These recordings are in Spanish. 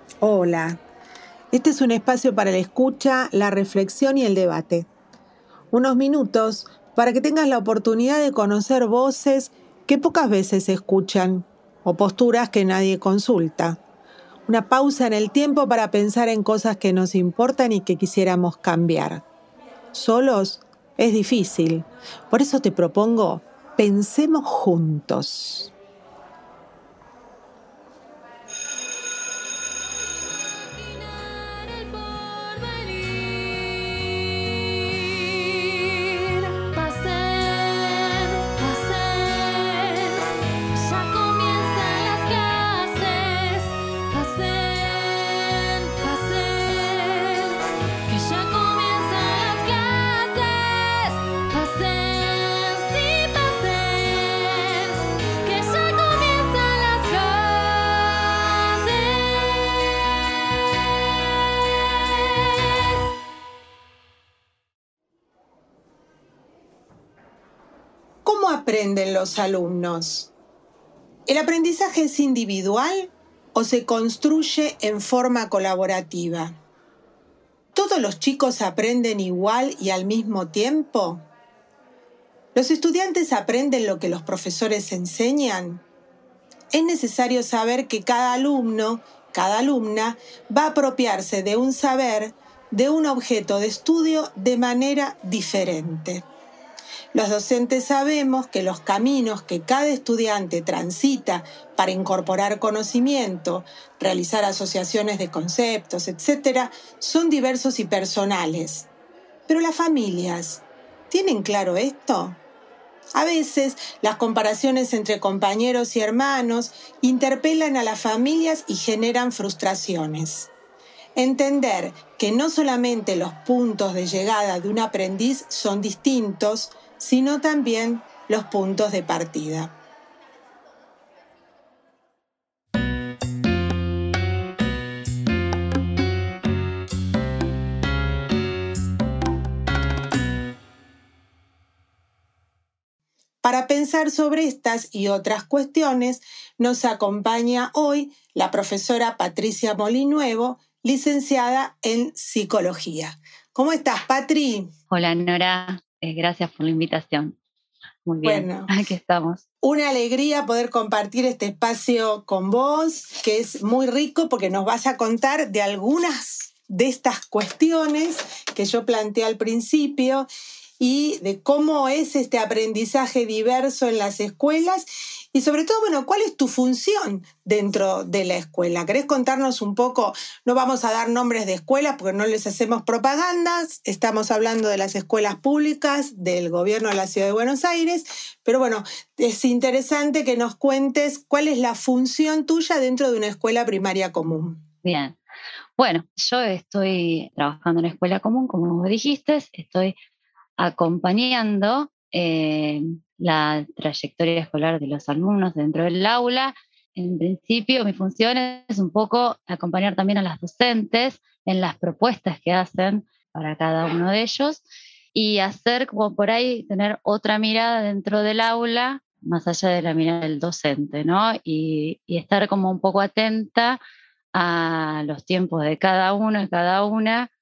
Hola, este es un espacio para la escucha, la reflexión y el debate. Unos minutos para que tengas la oportunidad de conocer voces que pocas veces se escuchan o posturas que nadie consulta. Una pausa en el tiempo para pensar en cosas que nos importan y que quisiéramos cambiar. Solos es difícil, por eso te propongo, pensemos juntos. ¿Cómo aprenden los alumnos? ¿El aprendizaje es individual o se construye en forma colaborativa? ¿Todos los chicos aprenden igual y al mismo tiempo? ¿Los estudiantes aprenden lo que los profesores enseñan? Es necesario saber que cada alumno, cada alumna, va a apropiarse de un saber, de un objeto de estudio de manera diferente. Los docentes sabemos que los caminos que cada estudiante transita para incorporar conocimiento, realizar asociaciones de conceptos, etc., son diversos y personales. Pero las familias, ¿tienen claro esto? A veces, las comparaciones entre compañeros y hermanos interpelan a las familias y generan frustraciones. Entender que no solamente los puntos de llegada de un aprendiz son distintos, sino también los puntos de partida. Para pensar sobre estas y otras cuestiones, nos acompaña hoy la profesora Patricia Molinuevo, licenciada en Psicología. ¿Cómo estás, Patri? Hola, Nora. Gracias por la invitación. Muy bien, Bueno, aquí estamos. Una alegría poder compartir este espacio con vos, que es muy rico porque nos vas a contar de algunas de estas cuestiones que yo planteé al principio y de cómo es este aprendizaje diverso en las escuelas y sobre todo, bueno, ¿cuál es tu función dentro de la escuela? ¿Querés contarnos un poco? No vamos a dar nombres de escuelas porque no les hacemos propagandas, estamos hablando de las escuelas públicas del gobierno de la Ciudad de Buenos Aires, pero bueno, es interesante que nos cuentes cuál es la función tuya dentro de una escuela primaria común. Bien. Bueno, yo estoy trabajando en la escuela común, como vos dijiste, estoy acompañando la trayectoria escolar de los alumnos dentro del aula. En principio, mi función es un poco acompañar también a las docentes en las propuestas que hacen para cada uno de ellos y hacer como por ahí tener otra mirada dentro del aula, más allá de la mirada del docente, ¿no? Y estar como un poco atenta a los tiempos de cada uno y cada una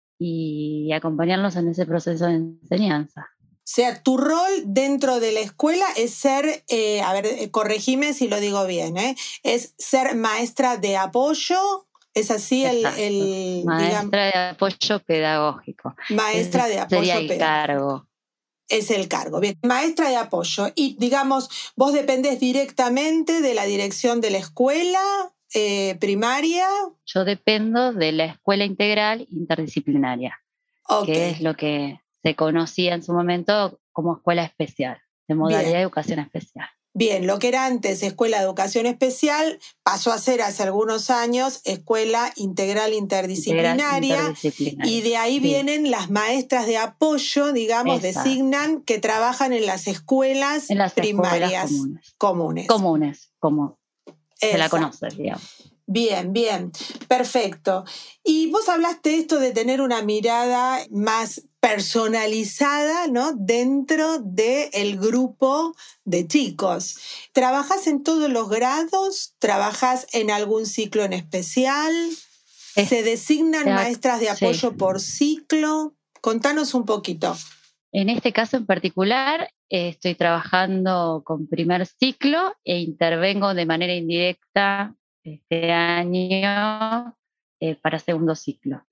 y acompañarlos en ese proceso de enseñanza. O sea, tu rol dentro de la escuela es ser, corregime si lo digo bien, es ser maestra de apoyo, ¿es así? Maestra de apoyo pedagógico. Maestra de apoyo sería el cargo. Es el cargo, bien. Maestra de apoyo. Y digamos, vos dependés directamente de la dirección de la escuela primaria. Yo dependo de la escuela integral interdisciplinaria, que es lo que se conocía en su momento como escuela especial, de modalidad de educación especial. Bien, lo que era antes Escuela de Educación Especial pasó a ser hace algunos años Escuela Integral Interdisciplinaria, y de ahí vienen las maestras de apoyo, digamos, designan que trabajan en las escuelas primarias comunes. Como se la conoce, digamos. Bien, bien, perfecto. Y vos hablaste esto de tener una mirada más personalizada, ¿no? Dentro del grupo de chicos. ¿Trabajas en todos los grados? ¿Trabajas en algún ciclo en especial? ¿Se designan maestras de apoyo por ciclo? Contanos un poquito. En este caso en particular, estoy trabajando con primer ciclo e intervengo de manera indirecta este año para segundo ciclo.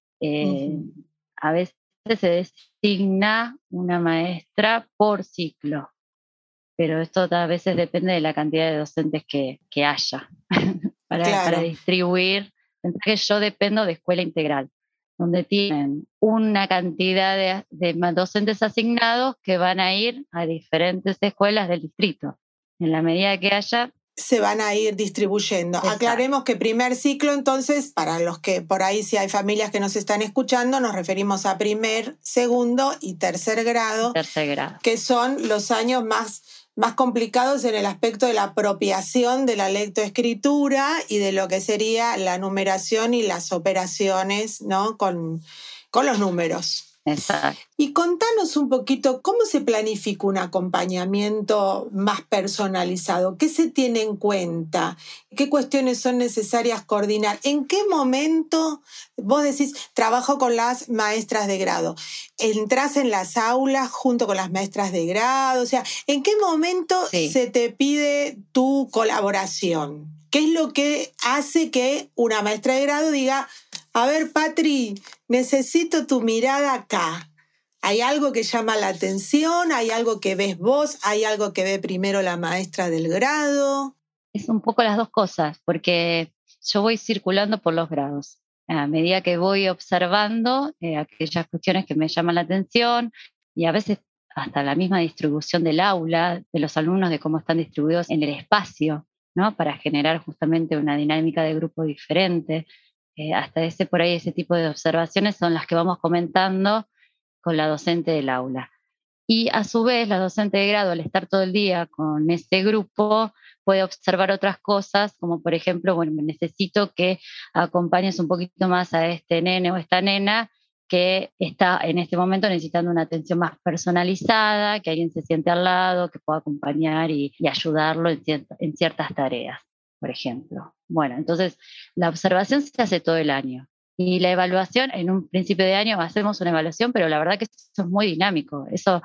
A veces se designa una maestra por ciclo, pero esto a veces depende de la cantidad de docentes que haya para distribuir. Entonces yo dependo de escuela integral, donde tienen una cantidad de docentes asignados que van a ir a diferentes escuelas del distrito. En la medida que haya, se van a ir distribuyendo. Exacto. Aclaremos que primer ciclo, entonces, para los que por ahí, si hay familias que nos están escuchando, nos referimos a primer, segundo y tercer grado. Que son los años más complicados en el aspecto de la apropiación de la lectoescritura y de lo que sería la numeración y las operaciones, ¿no? con los números. Exacto. Y contanos un poquito cómo se planifica un acompañamiento más personalizado, qué se tiene en cuenta, qué cuestiones son necesarias coordinar, en qué momento vos decís trabajo con las maestras de grado, entrás en las aulas junto con las maestras de grado, o sea, ¿en qué momento se te pide tu colaboración? ¿Qué es lo que hace que una maestra de grado diga, a ver, Patri, necesito tu mirada acá? ¿Hay algo que llama la atención? ¿Hay algo que ves vos? ¿Hay algo que ve primero la maestra del grado? Es un poco las dos cosas, porque yo voy circulando por los grados. A medida que voy observando aquellas cuestiones que me llaman la atención y a veces hasta la misma distribución del aula, de los alumnos, de cómo están distribuidos en el espacio, ¿no? Para generar justamente una dinámica de grupo diferente. Hasta ese tipo de observaciones son las que vamos comentando con la docente del aula. Y a su vez, la docente de grado, al estar todo el día con ese grupo, puede observar otras cosas, como por ejemplo, bueno, necesito que acompañes un poquito más a este nene o esta nena que está en este momento necesitando una atención más personalizada, que alguien se siente al lado, que pueda acompañar y ayudarlo en ciertas tareas, por ejemplo. Bueno, entonces la observación se hace todo el año. Y la evaluación, en un principio de año hacemos una evaluación, pero la verdad que eso es muy dinámico. Eso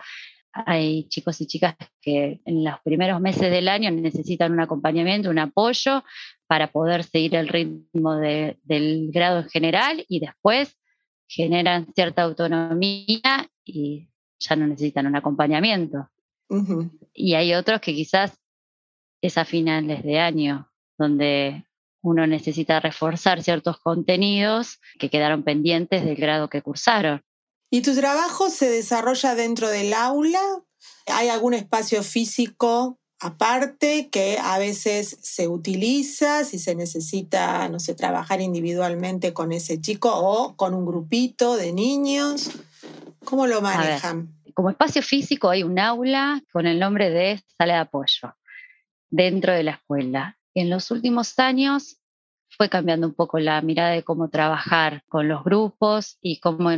hay chicos y chicas que en los primeros meses del año necesitan un acompañamiento, un apoyo para poder seguir el ritmo del grado en general y después generan cierta autonomía y ya no necesitan un acompañamiento. Uh-huh. Y hay otros que quizás es a finales de año, donde uno necesita reforzar ciertos contenidos que quedaron pendientes del grado que cursaron. ¿Y tu trabajo se desarrolla dentro del aula? ¿Hay algún espacio físico aparte que a veces se utiliza si se necesita, no sé, trabajar individualmente con ese chico o con un grupito de niños? ¿Cómo lo manejan? Como espacio físico hay un aula con el nombre de sala de apoyo dentro de la escuela. En los últimos años fue cambiando un poco la mirada de cómo trabajar con los grupos y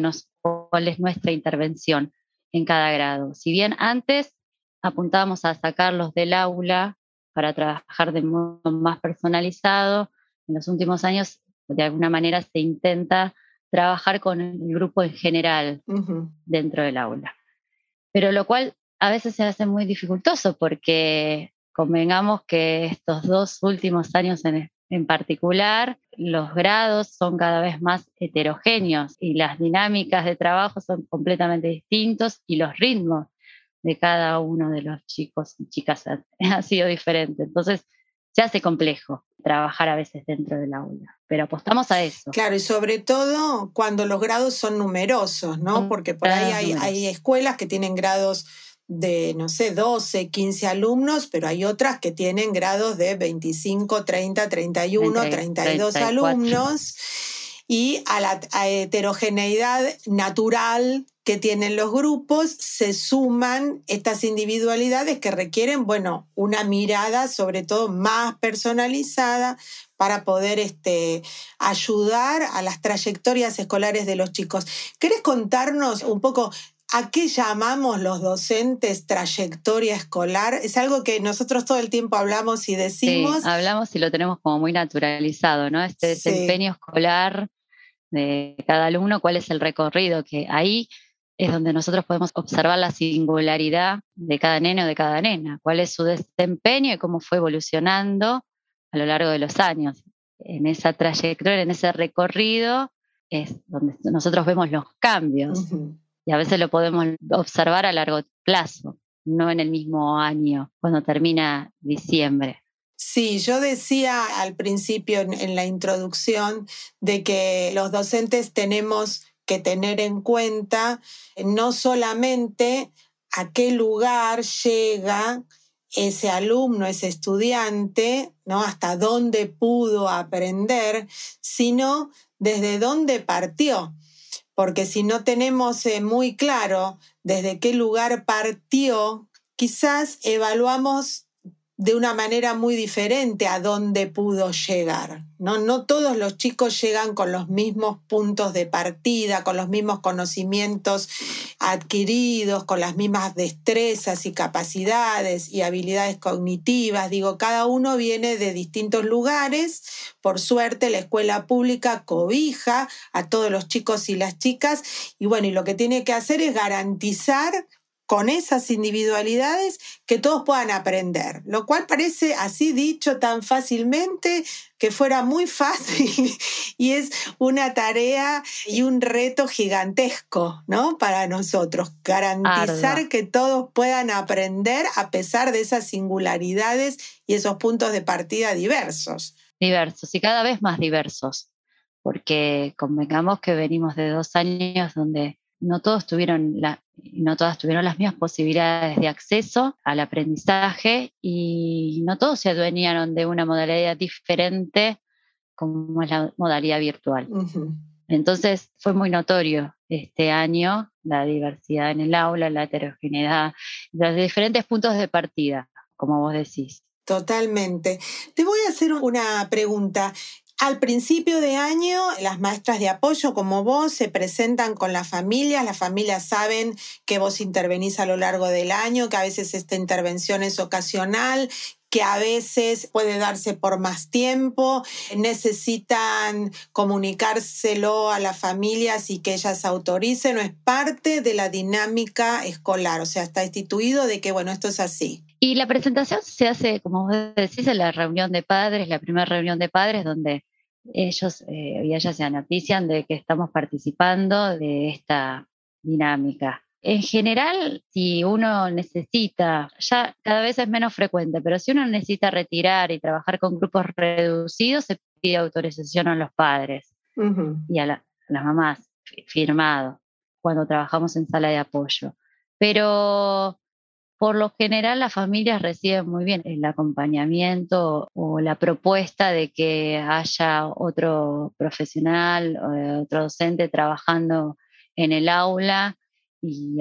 cuál es nuestra intervención en cada grado. Si bien antes apuntábamos a sacarlos del aula para trabajar de modo más personalizado, en los últimos años de alguna manera se intenta trabajar con el grupo en general dentro del aula. Pero lo cual a veces se hace muy dificultoso porque convengamos que estos 2 últimos años en particular, los grados son cada vez más heterogéneos y las dinámicas de trabajo son completamente distintos y los ritmos de cada uno de los chicos y chicas ha sido diferente. Entonces, se hace complejo trabajar a veces dentro del aula, pero apostamos a eso. Claro, y sobre todo cuando los grados son numerosos, ¿no? Porque por ahí hay escuelas que tienen grados de, no sé, 12, 15 alumnos, pero hay otras que tienen grados de 25, 30, 31, 32 34 alumnos. Y a la heterogeneidad natural que tienen los grupos se suman estas individualidades que requieren, bueno, una mirada sobre todo más personalizada para poder ayudar a las trayectorias escolares de los chicos. ¿Querés contarnos un poco ¿A qué llamamos los docentes trayectoria escolar? Es algo que nosotros todo el tiempo hablamos y decimos. Sí, hablamos y lo tenemos como muy naturalizado, ¿no? Este Sí. desempeño escolar de cada alumno, cuál es el recorrido, que ahí es donde nosotros podemos observar la singularidad de cada nene o de cada nena, cuál es su desempeño y cómo fue evolucionando a lo largo de los años. En esa trayectoria, en ese recorrido, es donde nosotros vemos los cambios Ujú. y a veces lo podemos observar a largo plazo, no en el mismo año, cuando termina diciembre. Sí, yo decía al principio en la introducción de que los docentes tenemos que tener en cuenta no solamente a qué lugar llega ese alumno, ese estudiante, ¿no? Hasta dónde pudo aprender, sino desde dónde partió. Porque si no tenemos muy claro desde qué lugar partió, quizás evaluamos de una manera muy diferente a dónde pudo llegar. No todos los chicos llegan con los mismos puntos de partida, con los mismos conocimientos adquiridos, con las mismas destrezas y capacidades y habilidades cognitivas. Digo, cada uno viene de distintos lugares. Por suerte, la escuela pública cobija a todos los chicos y las chicas. Y bueno, y lo que tiene que hacer es garantizar con esas individualidades que todos puedan aprender, lo cual parece así dicho tan fácilmente que fuera muy fácil y es una tarea y un reto gigantesco, ¿no? Para nosotros, Ardua. garantizar que todos puedan aprender a pesar de esas singularidades y esos puntos de partida diversos. Diversos y cada vez más diversos, porque convengamos que venimos de 2 años donde no todas tuvieron las mismas posibilidades de acceso al aprendizaje y no todos se adueñaron de una modalidad diferente como es la modalidad virtual. Uh-huh. Entonces fue muy notorio este año la diversidad en el aula, la heterogeneidad, los diferentes puntos de partida, como vos decís. Totalmente. Te voy a hacer una pregunta. Al principio de año, las maestras de apoyo como vos se presentan con las familias saben que vos intervenís a lo largo del año, que a veces esta intervención es ocasional, que a veces puede darse por más tiempo, necesitan comunicárselo a las familias y que ellas autoricen, o es parte de la dinámica escolar, o sea, está instituido de que, bueno, esto es así. Y la presentación se hace, como vos decís, en la reunión de padres, la primera reunión de padres, donde ellos y ellas se anotician de que estamos participando de esta dinámica. En general, si uno necesita, ya cada vez es menos frecuente, pero si uno necesita retirar y trabajar con grupos reducidos, se pide autorización a los padres Uh-huh. y a las mamás, firmado, cuando trabajamos en sala de apoyo. Pero por lo general, las familias reciben muy bien el acompañamiento o la propuesta de que haya otro profesional o otro docente trabajando en el aula y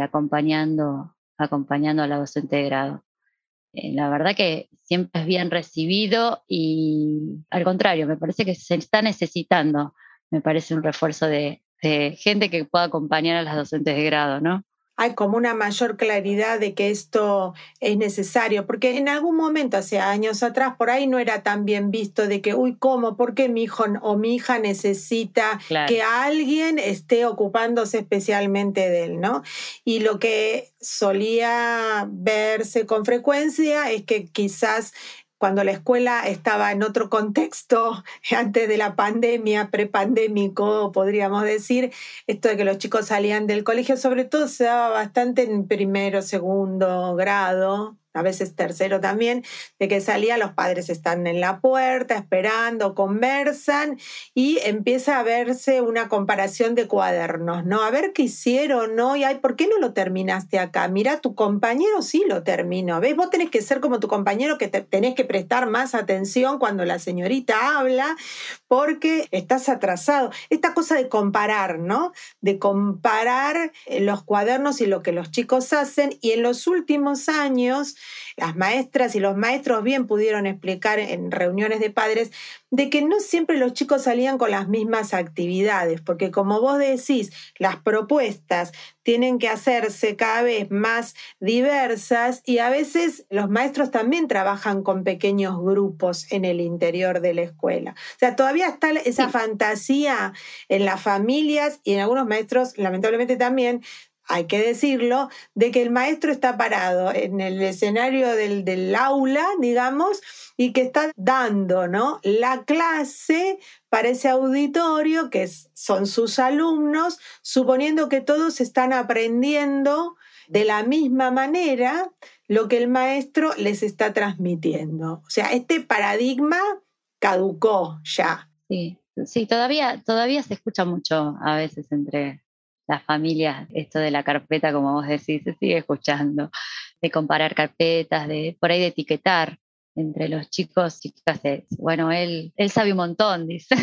acompañando a la docente de grado. La verdad que siempre es bien recibido y al contrario, me parece que se está necesitando, me parece un refuerzo de gente que pueda acompañar a las docentes de grado, ¿no? Hay como una mayor claridad de que esto es necesario, porque en algún momento, hace años atrás, por ahí no era tan bien visto de que, uy, ¿cómo? ¿Por qué mi hijo o mi hija necesita Claro. que alguien esté ocupándose especialmente de él, ¿no? Y lo que solía verse con frecuencia es que quizás cuando la escuela estaba en otro contexto, antes de la pandemia, prepandémico, podríamos decir, esto de que los chicos salían del colegio, sobre todo se daba bastante en primero, segundo grado, a veces tercero también, de que salía, los padres están en la puerta esperando, conversan y empieza a verse una comparación de cuadernos, ¿no? A ver qué hicieron, ¿no? Y ay, ¿por qué no lo terminaste acá? Mira, tu compañero sí lo terminó. ¿Ves? Vos tenés que ser como tu compañero, que tenés que prestar más atención cuando la señorita habla, porque estás atrasado. Esta cosa de comparar, ¿no? De comparar los cuadernos y lo que los chicos hacen. Y en los últimos años las maestras y los maestros bien pudieron explicar en reuniones de padres de que no siempre los chicos salían con las mismas actividades, porque como vos decís, las propuestas tienen que hacerse cada vez más diversas y a veces los maestros también trabajan con pequeños grupos en el interior de la escuela. O sea, todavía está esa fantasía en las familias y en algunos maestros, lamentablemente también, hay que decirlo, de que el maestro está parado en el escenario del aula, digamos, y que está dando, ¿no?, la clase para ese auditorio que son sus alumnos, suponiendo que todos están aprendiendo de la misma manera lo que el maestro les está transmitiendo. O sea, este paradigma caducó ya. Sí, todavía se escucha mucho a veces entre las familias esto de la carpeta, como vos decís, se sigue escuchando, de comparar carpetas, de por ahí de etiquetar entre los chicos, chicas, bueno, él sabe un montón, dice,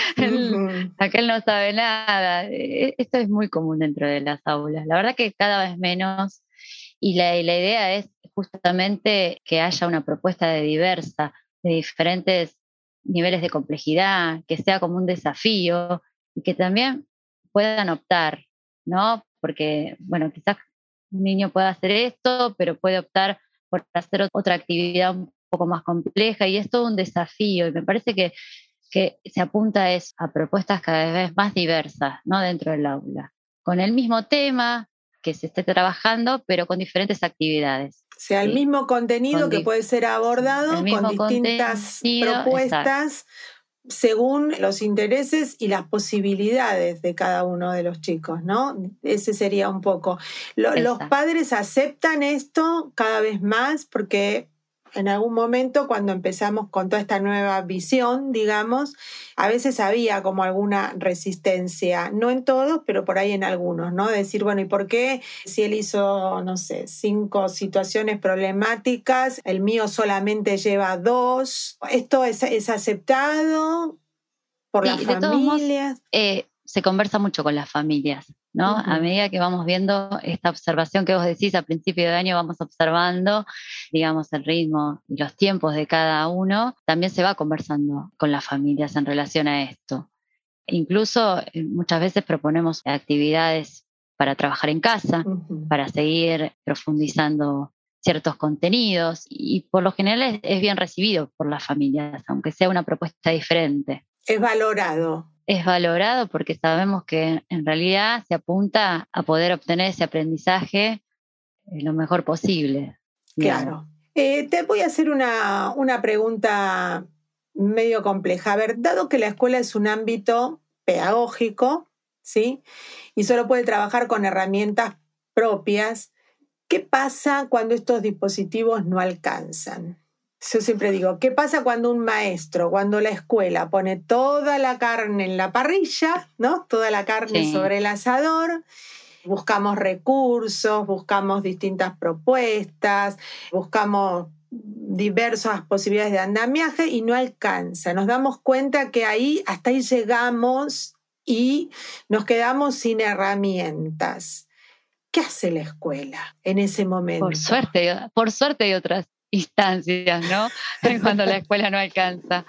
aquel no sabe nada. Esto es muy común dentro de las aulas. La verdad que cada vez menos, y la idea es justamente que haya una propuesta diversa, de diferentes niveles de complejidad, que sea como un desafío y que también puedan optar, ¿no? Porque, bueno, quizás un niño pueda hacer esto, pero puede optar por hacer otra actividad un poco más compleja y es todo un desafío y me parece que se apunta a propuestas cada vez más diversas, ¿no?, dentro del aula, con el mismo tema que se esté trabajando, pero con diferentes actividades. O sea, el ¿sí? mismo contenido que puede ser abordado con distintas propuestas, exacto, según los intereses y las posibilidades de cada uno de los chicos, ¿no? Ese sería un poco. Los padres aceptan esto cada vez más porque en algún momento cuando empezamos con toda esta nueva visión, digamos, a veces había como alguna resistencia, no en todos, pero por ahí en algunos, ¿no? De decir, bueno, ¿y por qué si él hizo, no sé, 5 situaciones problemáticas, el mío solamente lleva 2? ¿Esto es aceptado por las familias? De todos modos, se conversa mucho con las familias, ¿no? A medida que vamos viendo esta observación que vos decís, a principio de año vamos observando, digamos, el ritmo y los tiempos de cada uno, también se va conversando con las familias en relación a esto. Incluso muchas veces proponemos actividades para trabajar en casa, para seguir profundizando ciertos contenidos y por lo general es bien recibido por las familias, aunque sea una propuesta diferente. Es valorado. Es valorado porque sabemos que en realidad se apunta a poder obtener ese aprendizaje lo mejor posible. Digamos. Claro. Te voy a hacer una pregunta medio compleja. A ver, dado que la escuela es un ámbito pedagógico, ¿sí?, y solo puede trabajar con herramientas propias, ¿qué pasa cuando estos dispositivos no alcanzan? Yo siempre digo, ¿qué pasa cuando un maestro, cuando la escuela pone toda la carne en la parrilla, ¿no?, toda la carne sobre el asador? Buscamos recursos, buscamos distintas propuestas, buscamos diversas posibilidades de andamiaje y no alcanza. Nos damos cuenta que hasta ahí llegamos y nos quedamos sin herramientas. ¿Qué hace la escuela en ese momento? Por suerte hay otras instancias, ¿no? Cuando la escuela no alcanza.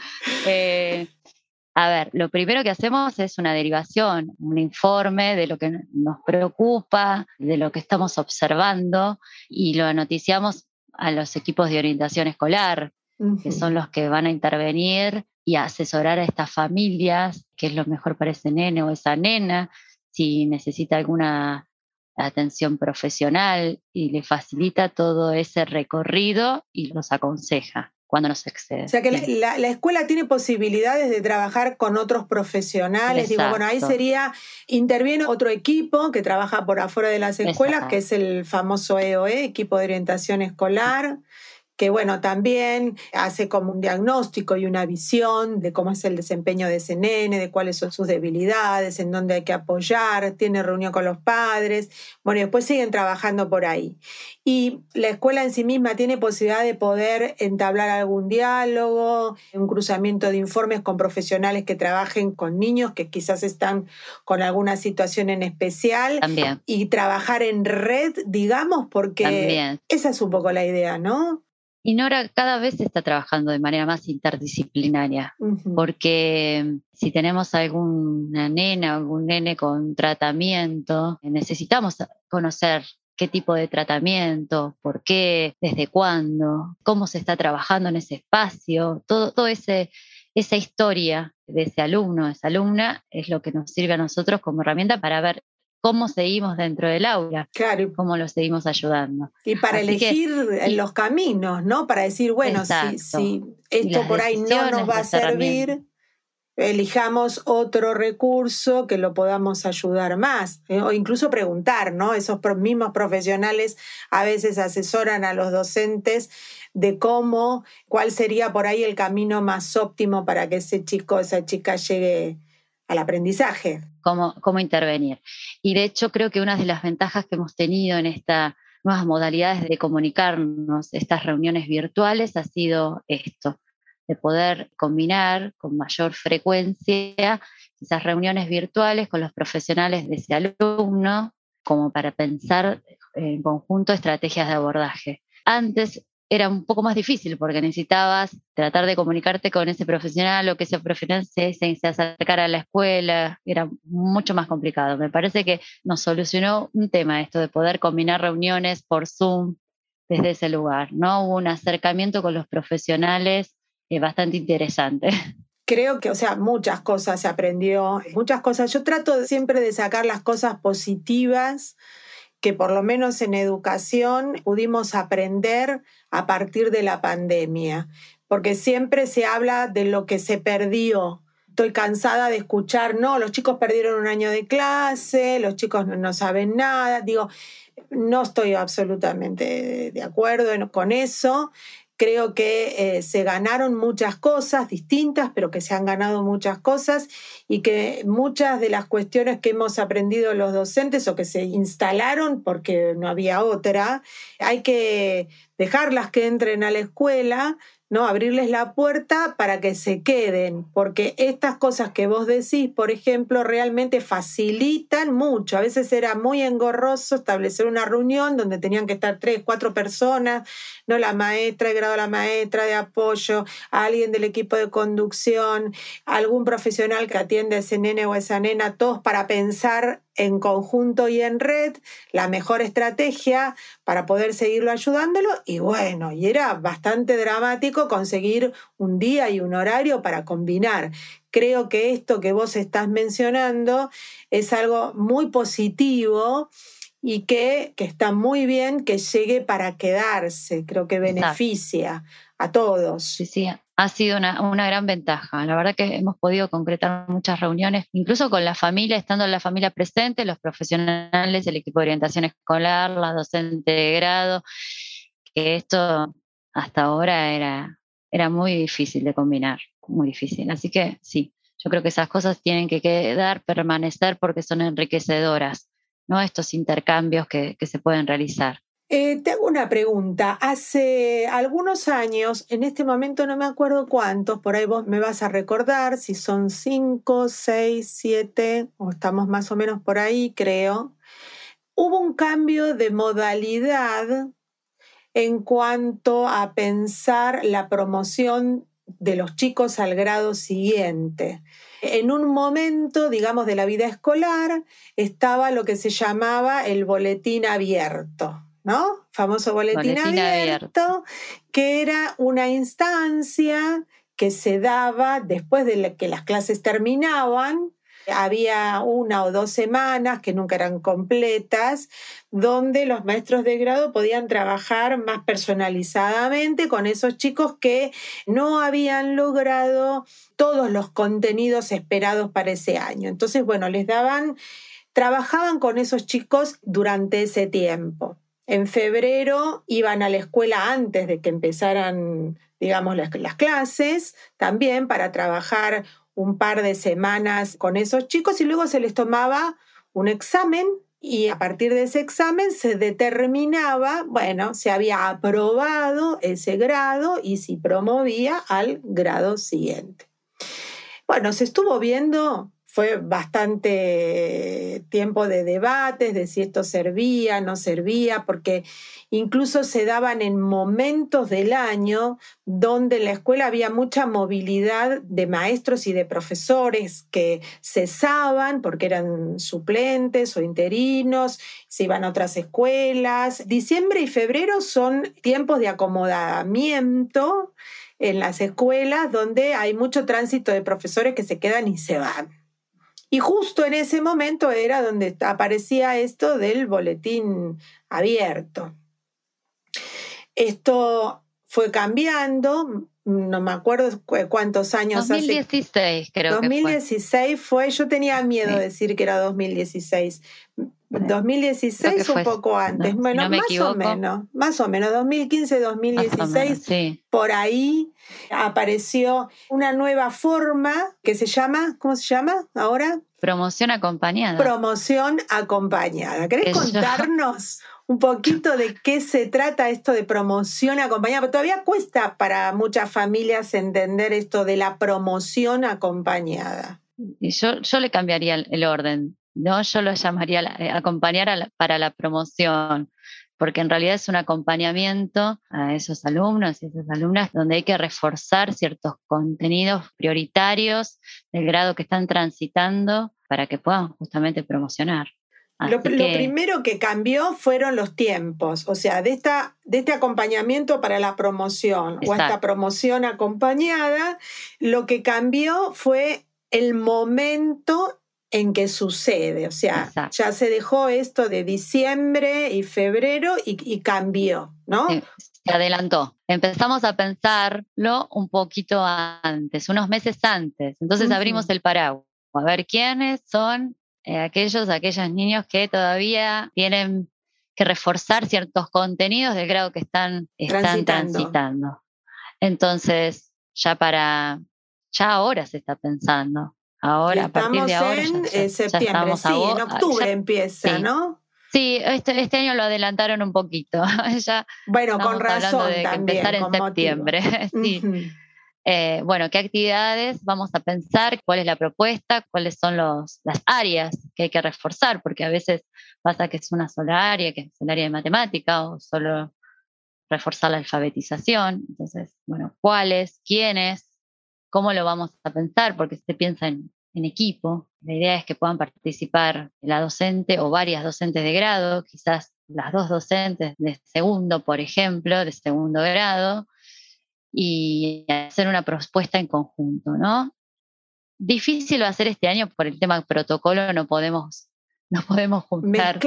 A ver, lo primero que hacemos es una derivación, un informe de lo que nos preocupa, de lo que estamos observando y lo noticiamos a los equipos de orientación escolar, que son los que van a intervenir y asesorar a estas familias qué es lo mejor para ese nene o esa nena, si necesita alguna atención profesional y le facilita todo ese recorrido y los aconseja cuando nos excede. O sea que la escuela tiene posibilidades de trabajar con otros profesionales. Digo, bueno, ahí interviene otro equipo que trabaja por afuera de las escuelas, que es el famoso EOE, Equipo de Orientación Escolar, que bueno, también hace como un diagnóstico y una visión de cómo es el desempeño de ese nene, de cuáles son sus debilidades, en dónde hay que apoyar, tiene reunión con los padres, bueno, y después siguen trabajando por ahí. Y la escuela en sí misma tiene posibilidad de poder entablar algún diálogo, un cruzamiento de informes con profesionales que trabajen con niños que quizás están con alguna situación en especial. También. Y trabajar en red, digamos, porque También. esa es un poco la idea, ¿no? Y Nora cada vez está trabajando de manera más interdisciplinaria, porque si tenemos alguna nena o algún nene con tratamiento, necesitamos conocer qué tipo de tratamiento, por qué, desde cuándo, cómo se está trabajando en ese espacio, todo esa historia de ese alumno, esa alumna, es lo que nos sirve a nosotros como herramienta para ver cómo seguimos dentro del aula, claro, cómo lo seguimos ayudando. Y para Así elegir los caminos, ¿no? Para decir, bueno, si esto por ahí no nos va a servir, elijamos otro recurso que lo podamos ayudar más. O incluso preguntar, ¿no? Esos mismos profesionales a veces asesoran a los docentes de cuál sería por ahí el camino más óptimo para que ese chico o esa chica llegue al aprendizaje. Cómo intervenir. Y de hecho creo que una de las ventajas que hemos tenido en estas nuevas modalidades de comunicarnos, estas reuniones virtuales, ha sido esto, de poder combinar con mayor frecuencia esas reuniones virtuales con los profesionales de ese alumno, como para pensar en conjunto estrategias de abordaje. Antes era un poco más difícil porque necesitabas tratar de comunicarte con ese profesional o que ese profesional se acercara a la escuela, era mucho más complicado. Me parece que nos solucionó un tema esto de poder combinar reuniones por Zoom desde ese lugar, ¿no? Hubo un acercamiento con los profesionales bastante interesante. Creo que, muchas cosas se aprendió, muchas cosas. Yo trato siempre de sacar las cosas positivas que por lo menos en educación pudimos aprender a partir de la pandemia, porque siempre se habla de lo que se perdió. Estoy cansada de escuchar, no, los chicos perdieron un año de clase, los chicos no saben nada. Digo, no estoy absolutamente de acuerdo con eso. Creo que se ganaron muchas cosas distintas, pero que se han ganado muchas cosas y que muchas de las cuestiones que hemos aprendido los docentes o que se instalaron porque no había otra, hay que dejarlas que entren a la escuela, ¿no? Abrirles la puerta para que se queden, porque estas cosas que vos decís, por ejemplo, realmente facilitan mucho. A veces era muy engorroso establecer una reunión donde tenían que estar 3, 4 personas, ¿no? La maestra, el grado de la maestra de apoyo, alguien del equipo de conducción, algún profesional que atiende a ese nene o a esa nena, todos para pensar en conjunto y en red la mejor estrategia para poder seguirlo ayudándolo. Y bueno, y era bastante dramático conseguir un día y un horario para combinar. Creo que esto que vos estás mencionando es algo muy positivo y que está muy bien que llegue para quedarse. Creo que beneficia a todos. Sí, ha sido una gran ventaja. La verdad que hemos podido concretar muchas reuniones, incluso con la familia, estando la familia presente, los profesionales, el equipo de orientación escolar, la docente de grado, que esto hasta ahora era muy difícil de combinar, muy difícil. Así que sí, yo creo que esas cosas tienen que quedar, permanecer, porque son enriquecedoras, ¿no? Estos intercambios que se pueden realizar. Te hago una pregunta. Hace algunos años, en este momento no me acuerdo cuántos, por ahí vos me vas a recordar si son 5, 6, 7, o estamos más o menos por ahí, creo. Hubo un cambio de modalidad en cuanto a pensar la promoción de los chicos al grado siguiente. En un momento, digamos, de la vida escolar, estaba lo que se llamaba el boletín abierto, ¿no? Famoso boletín abierto, que era una instancia que se daba después de que las clases terminaban. Había 1 o 2 semanas, que nunca eran completas, donde los maestros de grado podían trabajar más personalizadamente con esos chicos que no habían logrado todos los contenidos esperados para ese año. Entonces, bueno, trabajaban con esos chicos durante ese tiempo. En febrero iban a la escuela antes de que empezaran, digamos, las clases, también para trabajar un par de semanas con esos chicos y luego se les tomaba un examen y a partir de ese examen se determinaba, bueno, si había aprobado ese grado y si promovía al grado siguiente. Bueno, se estuvo viendo, fue bastante tiempo de debates de si esto servía, no servía, porque incluso se daban en momentos del año donde en la escuela había mucha movilidad de maestros y de profesores que cesaban porque eran suplentes o interinos, se iban a otras escuelas. Diciembre y febrero son tiempos de acomodamiento en las escuelas donde hay mucho tránsito de profesores que se quedan y se van. Y justo en ese momento era donde aparecía esto del boletín abierto. Esto fue cambiando, no me acuerdo cuántos años 2016 creo 2016 fue, yo tenía miedo de decir que era 2016. 2016 un poco antes, no, bueno, si no me equivoco, más o menos, 2015, 2016, sí. Por ahí apareció una nueva forma que se llama, ¿cómo se llama ahora? Promoción acompañada. Promoción acompañada. ¿Querés contarnos un poquito de qué se trata esto de promoción acompañada? Porque todavía cuesta para muchas familias entender esto de la promoción acompañada. Y yo le cambiaría el orden, ¿no? Yo lo llamaría acompañar para la promoción, porque en realidad es un acompañamiento a esos alumnos y esas alumnas donde hay que reforzar ciertos contenidos prioritarios del grado que están transitando para que puedan justamente promocionar. Lo primero que cambió fueron los tiempos, o sea, de este acompañamiento para la promoción. Exacto. O esta promoción acompañada, lo que cambió fue el momento en que sucede, o sea, exacto, ya se dejó esto de diciembre y febrero y cambió, ¿no? Sí, se adelantó. Empezamos a pensarlo un poquito antes, unos meses antes. Entonces abrimos el paraguas, a ver quiénes son aquellos niños que todavía tienen que reforzar ciertos contenidos del grado que están transitando. Entonces, ya ahora se está pensando. Ahora, a partir de ahora, en septiembre, ya sí, en octubre empieza, sí. ¿no? Sí, este año lo adelantaron un poquito. Ya bueno, con razón hablando de también, empezar en septiembre. Sí. Bueno, ¿qué actividades vamos a pensar? ¿Cuál es la propuesta? ¿Cuáles son las áreas que hay que reforzar? Porque a veces pasa que es una sola área, que es el área de matemática, o solo reforzar la alfabetización. Entonces, bueno, ¿cuáles? ¿Quiénes? ¿Cómo lo vamos a pensar? Porque se piensa en equipo. La idea es que puedan participar la docente o varias docentes de grado, quizás las dos docentes de segundo, por ejemplo, de segundo grado, y hacer una propuesta en conjunto, ¿no? Difícil va a ser este año por el tema del protocolo, no podemos juntar.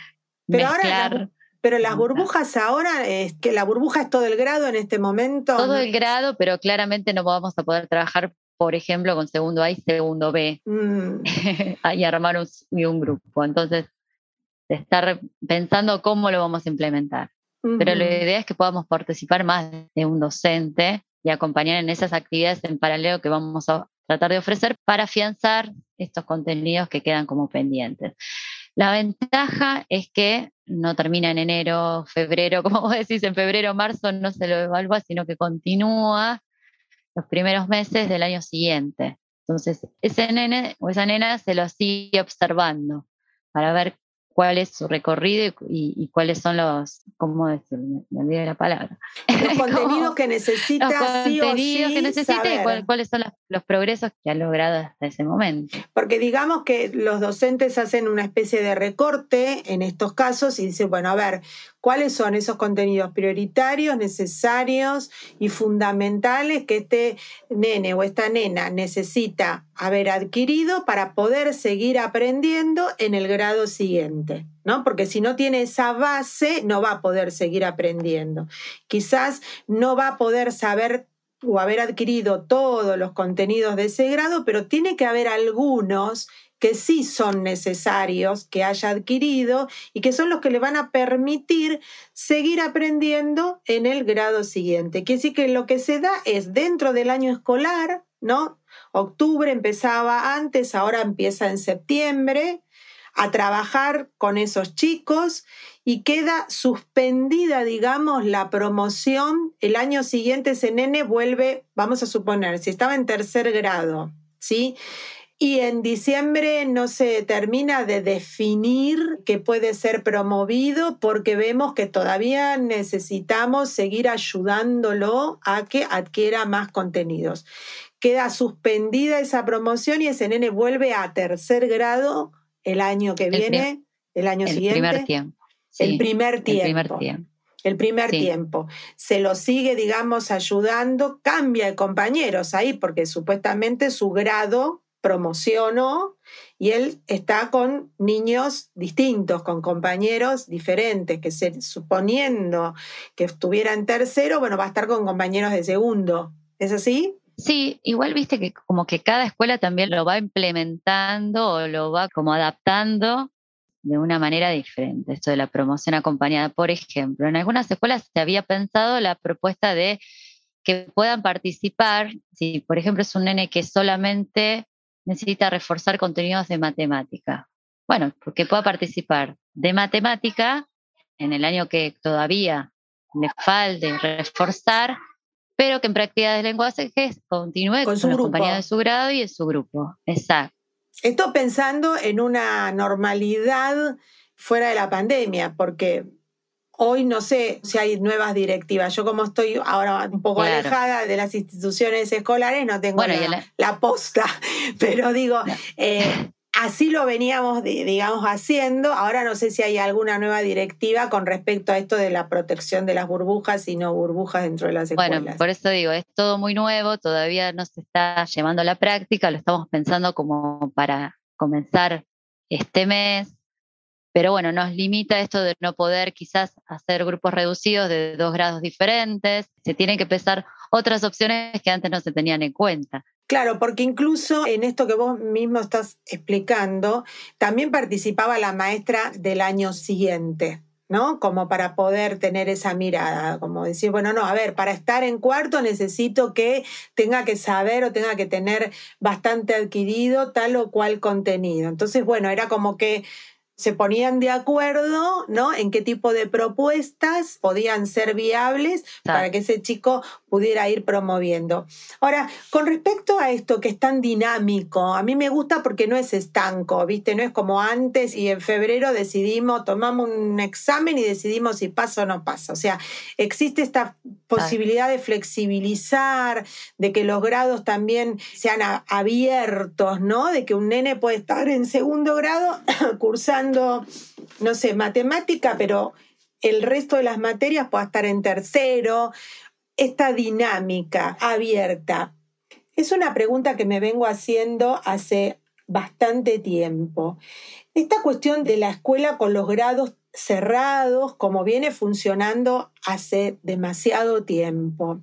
Pero las burbujas ahora, que la burbuja es todo el grado en este momento. Todo el grado, pero claramente no vamos a poder trabajar, por ejemplo, con segundo A y segundo B, y armar un grupo. Entonces, estar pensando cómo lo vamos a implementar. Pero la idea es que podamos participar más de un docente y acompañar en esas actividades en paralelo que vamos a tratar de ofrecer para afianzar estos contenidos que quedan como pendientes. La ventaja es que no termina en enero, febrero, como vos decís, en febrero, marzo no se lo evalúa, sino que continúa los primeros meses del año siguiente. Entonces, ese nene o esa nena se lo sigue observando para ver cuál es su recorrido y cuáles son los, ¿cómo decirlo? Me olvidé la palabra. Los contenidos que necesita, los contenidos que necesita y cuáles son los progresos que ha logrado hasta ese momento. Porque digamos que los docentes hacen una especie de recorte en estos casos y dicen, bueno, a ver, ¿cuáles son esos contenidos prioritarios, necesarios y fundamentales que este nene o esta nena necesita haber adquirido para poder seguir aprendiendo en el grado siguiente, ¿no? Porque si no tiene esa base, no va a poder seguir aprendiendo. Quizás no va a poder saber o haber adquirido todos los contenidos de ese grado, pero tiene que haber algunos que sí son necesarios que haya adquirido y que son los que le van a permitir seguir aprendiendo en el grado siguiente. Quiere decir que lo que se da es dentro del año escolar, ¿no? Octubre empezaba antes, ahora empieza en septiembre, a trabajar con esos chicos y queda suspendida, digamos, la promoción. El año siguiente ese nene vuelve, vamos a suponer, si estaba en tercer grado, ¿sí? Y en diciembre no se termina de definir que puede ser promovido porque vemos que todavía necesitamos seguir ayudándolo a que adquiera más contenidos. Queda suspendida esa promoción y ese nene vuelve a tercer grado el año que viene, el año siguiente. Primer tiempo. Sí, el primer tiempo. El primer tiempo. Se lo sigue, digamos, ayudando, cambia de compañeros ahí porque supuestamente su grado promocionó y él está con niños distintos, con compañeros diferentes, que suponiendo que estuviera en tercero, bueno, va a estar con compañeros de segundo. ¿Es así? Sí, igual viste que como que cada escuela también lo va implementando o lo va como adaptando de una manera diferente, esto de la promoción acompañada. Por ejemplo, en algunas escuelas se había pensado la propuesta de que puedan participar, si por ejemplo es un nene que solamente necesita reforzar contenidos de matemática. Bueno, porque pueda participar de matemática en el año que todavía le falte reforzar, pero que en práctica de lenguaje continúe con con los compañeros de su grado y en su grupo. Exacto. Esto pensando en una normalidad fuera de la pandemia, porque hoy no sé si hay nuevas directivas. Yo como estoy ahora un poco alejada de las instituciones escolares, no tengo la posta, pero digo, así lo veníamos, digamos, haciendo. Ahora no sé si hay alguna nueva directiva con respecto a esto de la protección de las burbujas y no burbujas dentro de las escuelas. Bueno, por eso digo, es todo muy nuevo, todavía no se está llevando a la práctica, lo estamos pensando como para comenzar este mes, pero bueno, nos limita esto de no poder quizás hacer grupos reducidos de 2 grados diferentes, se tienen que pensar otras opciones que antes no se tenían en cuenta. Claro, porque incluso en esto que vos mismo estás explicando, también participaba la maestra del año siguiente, ¿no? Como para poder tener esa mirada, como decir, bueno, no, a ver, para estar en cuarto necesito que tenga que saber o tenga que tener bastante adquirido tal o cual contenido. Entonces, bueno, era como que se ponían de acuerdo, ¿no? En qué tipo de propuestas podían ser viables para que ese chico pudiera ir promoviendo. Ahora, con respecto a esto que es tan dinámico, a mí me gusta porque no es estanco, ¿viste? No es como antes y en febrero tomamos un examen y decidimos si pasa o no pasa. O sea, existe esta posibilidad de flexibilizar, de que los grados también sean abiertos, ¿no? De que un nene puede estar en segundo grado cursando, no sé, matemática, pero el resto de las materias pueda estar en tercero. Esta dinámica abierta es una pregunta que me vengo haciendo hace bastante tiempo. Esta cuestión de la escuela con los grados cerrados, como viene funcionando hace demasiado tiempo.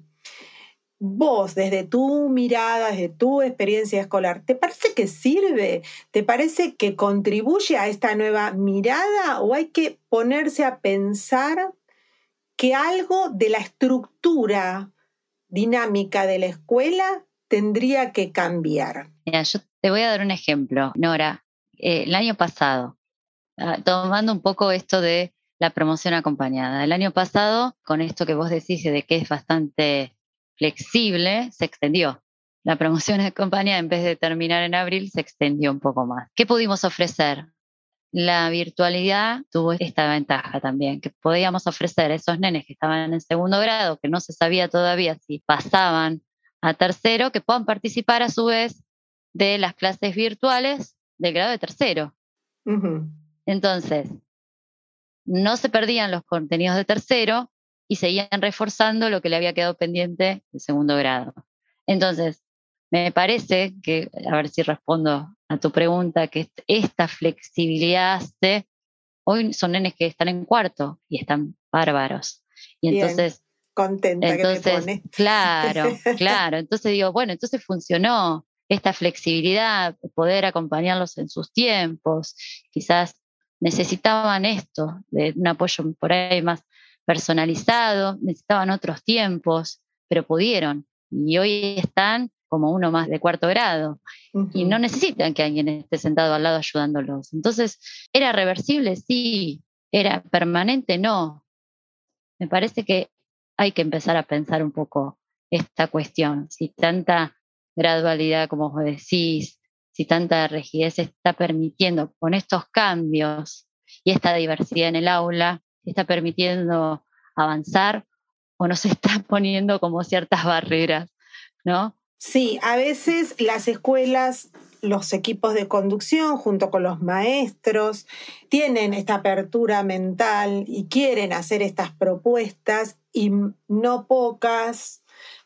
Vos, desde tu mirada, desde tu experiencia escolar, ¿te parece que sirve? ¿Te parece que contribuye a esta nueva mirada o hay que ponerse a pensar que algo de la estructura dinámica de la escuela tendría que cambiar? Mira, yo te voy a dar un ejemplo, Nora. El año pasado, tomando un poco esto de la promoción acompañada, el año pasado, con esto que vos decís de que es bastante flexible, se extendió. La promoción acompañada, en vez de terminar en abril, se extendió un poco más. ¿Qué pudimos ofrecer? La virtualidad tuvo esta ventaja también, que podíamos ofrecer a esos nenes que estaban en segundo grado, que no se sabía todavía si pasaban a tercero, que puedan participar a su vez de las clases virtuales del grado de tercero. Uh-huh. Entonces, no se perdían los contenidos de tercero y seguían reforzando lo que le había quedado pendiente de segundo grado. Entonces, me parece que, a ver si respondo a tu pregunta, que esta flexibilidad hace, hoy son nenes que están en cuarto y están bárbaros. Y bien, entonces, contenta que me pone. Claro, entonces digo, bueno, entonces funcionó. esta flexibilidad, poder acompañarlos en sus tiempos. Quizás necesitaban esto, de un apoyo por ahí más personalizado, necesitaban otros tiempos, pero pudieron. Y hoy están como uno más de cuarto grado y no Ujú. necesitan que alguien esté sentado al lado ayudándolos. Entonces, ¿era reversible? Sí. ¿Era permanente? No. Me parece que hay que empezar a pensar un poco esta cuestión, si tanta gradualidad, como vos decís, si tanta rigidez está permitiendo con estos cambios y esta diversidad en el aula, si está permitiendo avanzar o nos está poniendo como ciertas barreras, ¿no? Sí, a veces las escuelas, los equipos de conducción junto con los maestros tienen esta apertura mental y quieren hacer estas propuestas y no pocas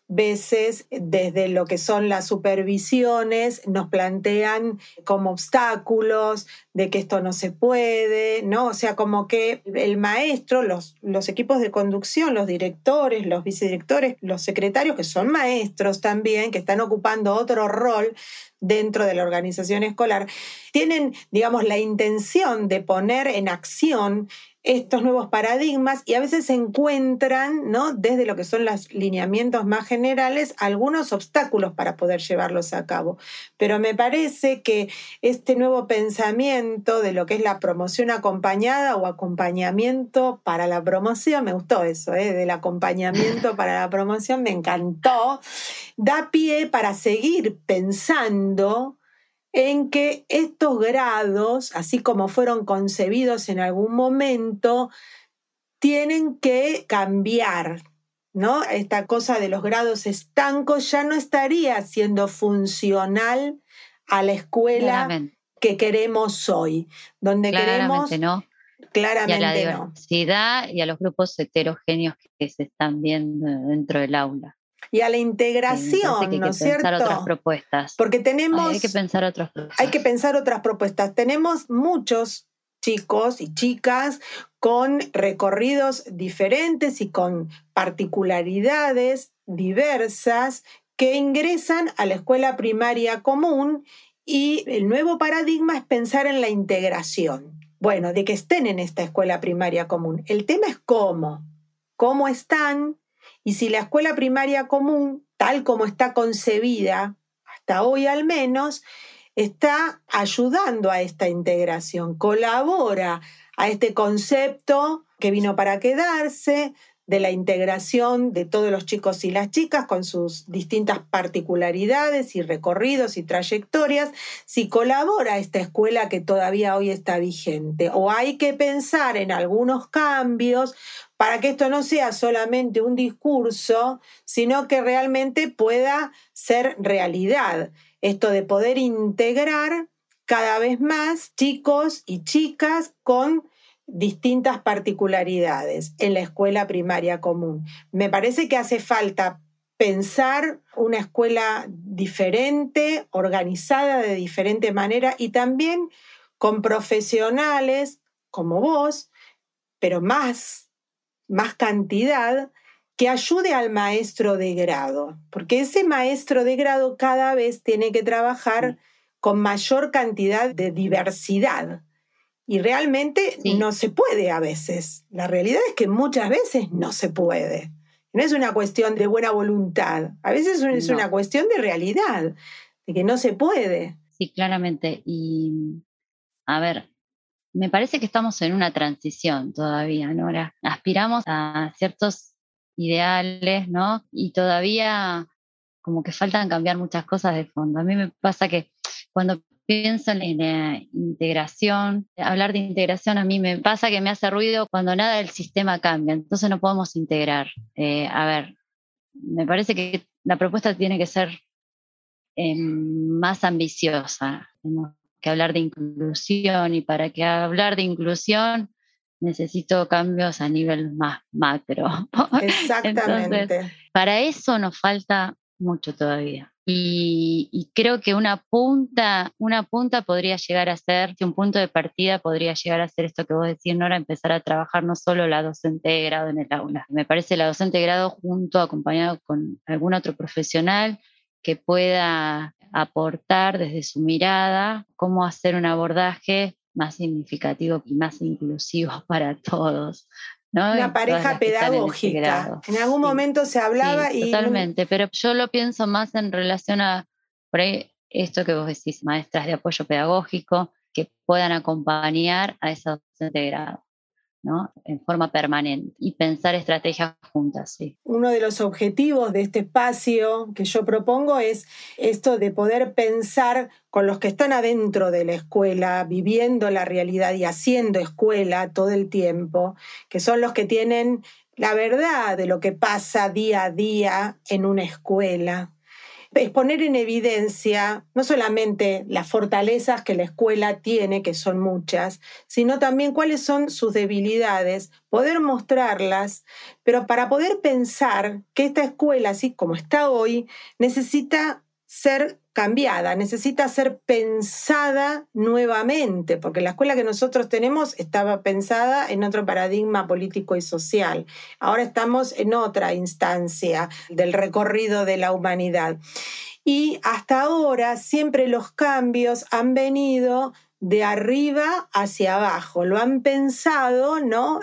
veces desde lo que son las supervisiones nos plantean como obstáculos de que esto no se puede, ¿no? O sea, como que el maestro, los equipos de conducción, los directores, los vicedirectores, los secretarios, que son maestros también, que están ocupando otro rol dentro de la organización escolar, tienen, digamos, la intención de poner en acción estos nuevos paradigmas y a veces se encuentran, ¿no?, desde lo que son los lineamientos más generales, algunos obstáculos para poder llevarlos a cabo. Pero me parece que este nuevo pensamiento de lo que es la promoción acompañada o acompañamiento para la promoción, me gustó eso, del acompañamiento para la promoción, me encantó, da pie para seguir pensando en que estos grados, así como fueron concebidos en algún momento, tienen que cambiar, ¿no? Esta cosa de los grados estancos ya no estaría siendo funcional a la escuela Claramente, que queremos hoy, donde claramente queremos, no. Y a la claramente no. diversidad y a los grupos heterogéneos que se están viendo dentro del aula. Y a la Me parece que integración, hay ¿no que es pensar otras cierto? propuestas. Porque Hay que pensar otras hay que propuestas. pensar otras propuestas. Tenemos muchos chicos y chicas con recorridos diferentes y con particularidades diversas que ingresan a la escuela primaria común y el nuevo paradigma es pensar en la integración. Bueno, de que estén en esta escuela primaria común. El tema es cómo están y si la escuela primaria común, tal como está concebida, hasta hoy al menos, está ayudando a esta integración, colabora a este concepto que vino para quedarse, de la integración de todos los chicos y las chicas con sus distintas particularidades y recorridos y trayectorias, si colabora esta escuela que todavía hoy está vigente. O hay que pensar en algunos cambios para que esto no sea solamente un discurso, sino que realmente pueda ser realidad. Esto de poder integrar cada vez más chicos y chicas con distintas particularidades en la escuela primaria común. Me parece que hace falta pensar una escuela diferente, organizada de diferente manera y también con profesionales como vos, pero más cantidad, que ayude al maestro de grado, porque ese maestro de grado cada vez tiene que trabajar con mayor cantidad de diversidad. Y realmente Sí, no se puede a veces. La realidad es que muchas veces no se puede. No es una cuestión de buena voluntad. A veces es no, una cuestión de realidad, de que no se puede. sí, claramente. Y a ver, me parece que estamos en una transición todavía, ¿no? Ahora aspiramos a ciertos ideales, ¿no? Y todavía como que faltan cambiar muchas cosas de fondo. A mí me pasa que cuando pienso en la integración, hablar de integración a mí me pasa que me hace ruido cuando nada del sistema cambia, entonces no podemos integrar. A ver, me parece que la propuesta tiene que ser más ambiciosa. Tenemos que hablar de inclusión y para que hablar de inclusión necesito cambios a nivel más macro. Entonces, Exactamente. para eso nos falta mucho todavía. Y creo que una punta podría llegar a ser, que un punto de partida podría llegar a ser esto que vos decís, Nora, empezar a trabajar no solo la docente de grado en el aula. Me parece la docente de grado junto, acompañado con algún otro profesional que pueda aportar desde su mirada cómo hacer un abordaje más significativo y más inclusivo para todos, ¿no? Una Y todas pareja las que están en ese pedagógica. grado. En algún Sí, momento se sí, hablaba y totalmente. Pero yo lo pienso más en relación a, por ahí, esto que vos decís, maestras de apoyo pedagógico, que puedan acompañar a esa docente de grado, ¿no? En forma permanente y pensar estrategias juntas, sí. uno de los objetivos de este espacio que yo propongo es esto de poder pensar con los que están adentro de la escuela, viviendo la realidad y haciendo escuela todo el tiempo, que son los que tienen la verdad de lo que pasa día a día en una escuela. Es poner en evidencia no solamente las fortalezas que la escuela tiene, que son muchas, sino también cuáles son sus debilidades, poder mostrarlas, pero para poder pensar que esta escuela, así como está hoy, necesita ser cambiada, necesita ser pensada nuevamente, porque la escuela que nosotros tenemos estaba pensada en otro paradigma político y social. Ahora estamos en otra instancia del recorrido de la humanidad. Y hasta ahora siempre los cambios han venido de arriba hacia abajo, lo han pensado, ¿no?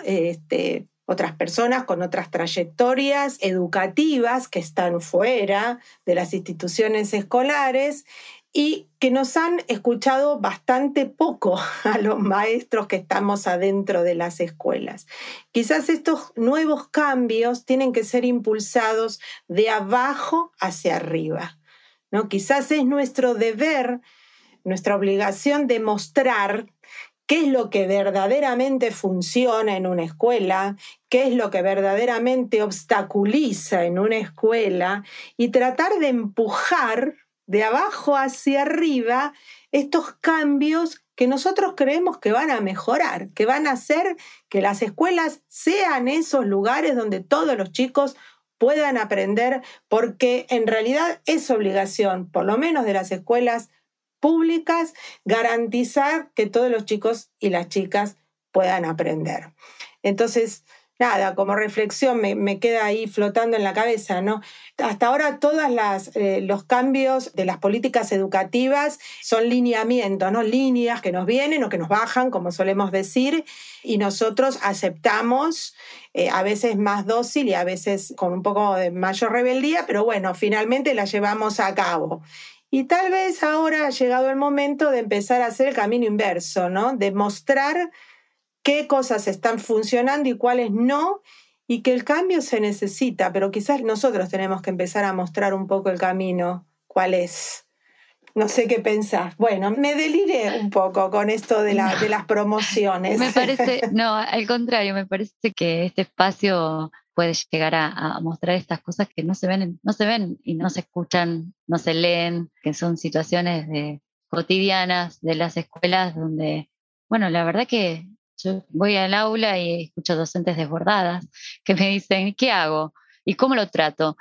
Otras personas con otras trayectorias educativas que están fuera de las instituciones escolares y que nos han escuchado bastante poco a los maestros que estamos adentro de las escuelas. Quizás estos nuevos cambios tienen que ser impulsados de abajo hacia arriba, ¿no? Quizás es nuestro deber, nuestra obligación demostrar qué es lo que verdaderamente funciona en una escuela, qué es lo que verdaderamente obstaculiza en una escuela y tratar de empujar de abajo hacia arriba estos cambios que nosotros creemos que van a mejorar, que van a hacer que las escuelas sean esos lugares donde todos los chicos puedan aprender, porque en realidad es obligación, por lo menos de las escuelas públicas, garantizar que todos los chicos y las chicas puedan aprender. Entonces, nada, como reflexión me queda ahí flotando en la cabeza, ¿no? Hasta ahora todos los cambios de las políticas educativas son lineamientos, ¿no? Líneas que nos vienen o que nos bajan, como solemos decir, y nosotros aceptamos, a veces más dócil y a veces con un poco de mayor rebeldía, pero bueno, finalmente la llevamos a cabo. Y tal vez ahora ha llegado el momento de empezar a hacer el camino inverso, ¿no? De mostrar qué cosas están funcionando y cuáles no, y que el cambio se necesita, pero quizás nosotros tenemos que empezar a mostrar un poco el camino, cuál es. No sé qué pensás. Bueno, me deliré un poco con esto de las promociones. Me parece, no, al contrario, me parece que este espacio puede llegar a mostrar estas cosas que no se ven y no se escuchan, no se leen, que son situaciones cotidianas de las escuelas donde, bueno, la verdad que yo voy al aula y escucho docentes desbordadas que me dicen, ¿qué hago? ¿Y cómo lo trato?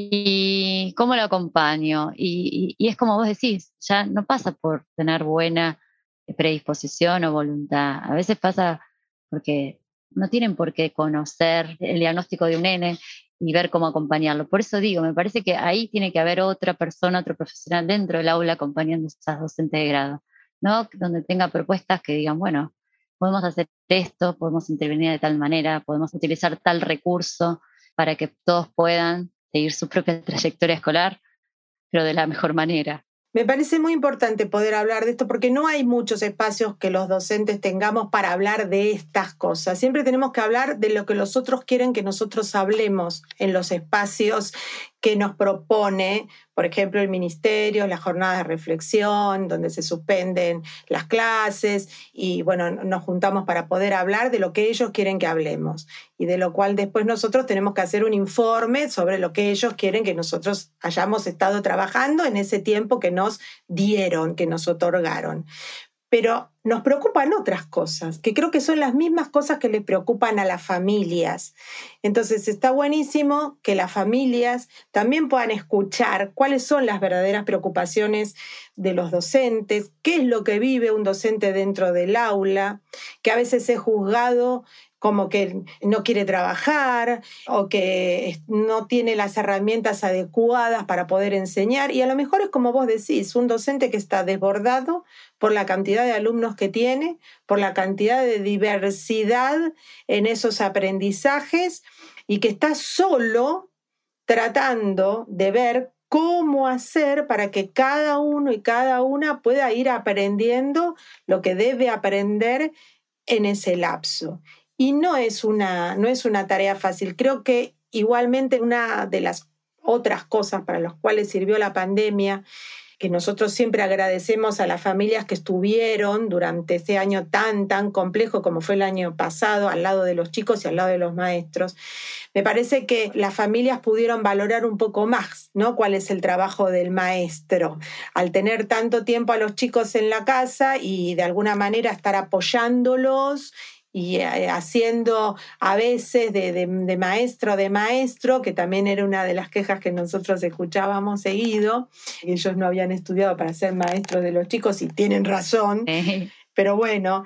¿Y cómo lo acompaño? Y es como vos decís, ya no pasa por tener buena predisposición o voluntad. A veces pasa porque no tienen por qué conocer el diagnóstico de un nene y ver cómo acompañarlo. Por eso digo, me parece que ahí tiene que haber otra persona, otro profesional dentro del aula acompañando a esas docentes de grado, ¿no? Donde tenga propuestas que digan, bueno, podemos hacer esto, podemos intervenir de tal manera, podemos utilizar tal recurso para que todos puedan seguir su propia trayectoria escolar, pero de la mejor manera. Me parece muy importante poder hablar de esto porque no hay muchos espacios que los docentes tengamos para hablar de estas cosas. Siempre tenemos que hablar de lo que los otros quieren que nosotros hablemos en los espacios que nos propone, por ejemplo, el ministerio, las jornadas de reflexión, donde se suspenden las clases y, bueno, nos juntamos para poder hablar de lo que ellos quieren que hablemos y de lo cual después nosotros tenemos que hacer un informe sobre lo que ellos quieren que nosotros hayamos estado trabajando en ese tiempo que nos dieron, que nos otorgaron. Pero nos preocupan otras cosas, que creo que son las mismas cosas que les preocupan a las familias. Entonces está buenísimo que las familias también puedan escuchar cuáles son las verdaderas preocupaciones de los docentes, qué es lo que vive un docente dentro del aula, que a veces es juzgado como que no quiere trabajar o que no tiene las herramientas adecuadas para poder enseñar. Y a lo mejor es como vos decís, un docente que está desbordado por la cantidad de alumnos que tiene, por la cantidad de diversidad en esos aprendizajes y que está solo tratando de ver cómo hacer para que cada uno y cada una pueda ir aprendiendo lo que debe aprender en ese lapso. Y no es una tarea fácil. Creo que igualmente una de las otras cosas para las cuales sirvió la pandemia, que nosotros siempre agradecemos a las familias que estuvieron durante ese año tan complejo como fue el año pasado, al lado de los chicos y al lado de los maestros, me parece que las familias pudieron valorar un poco más, ¿no?, cuál es el trabajo del maestro, al tener tanto tiempo a los chicos en la casa y de alguna manera estar apoyándolos y haciendo a veces de maestro, que también era una de las quejas que nosotros escuchábamos seguido. Ellos no habían estudiado para ser maestros de los chicos y tienen razón. Pero bueno,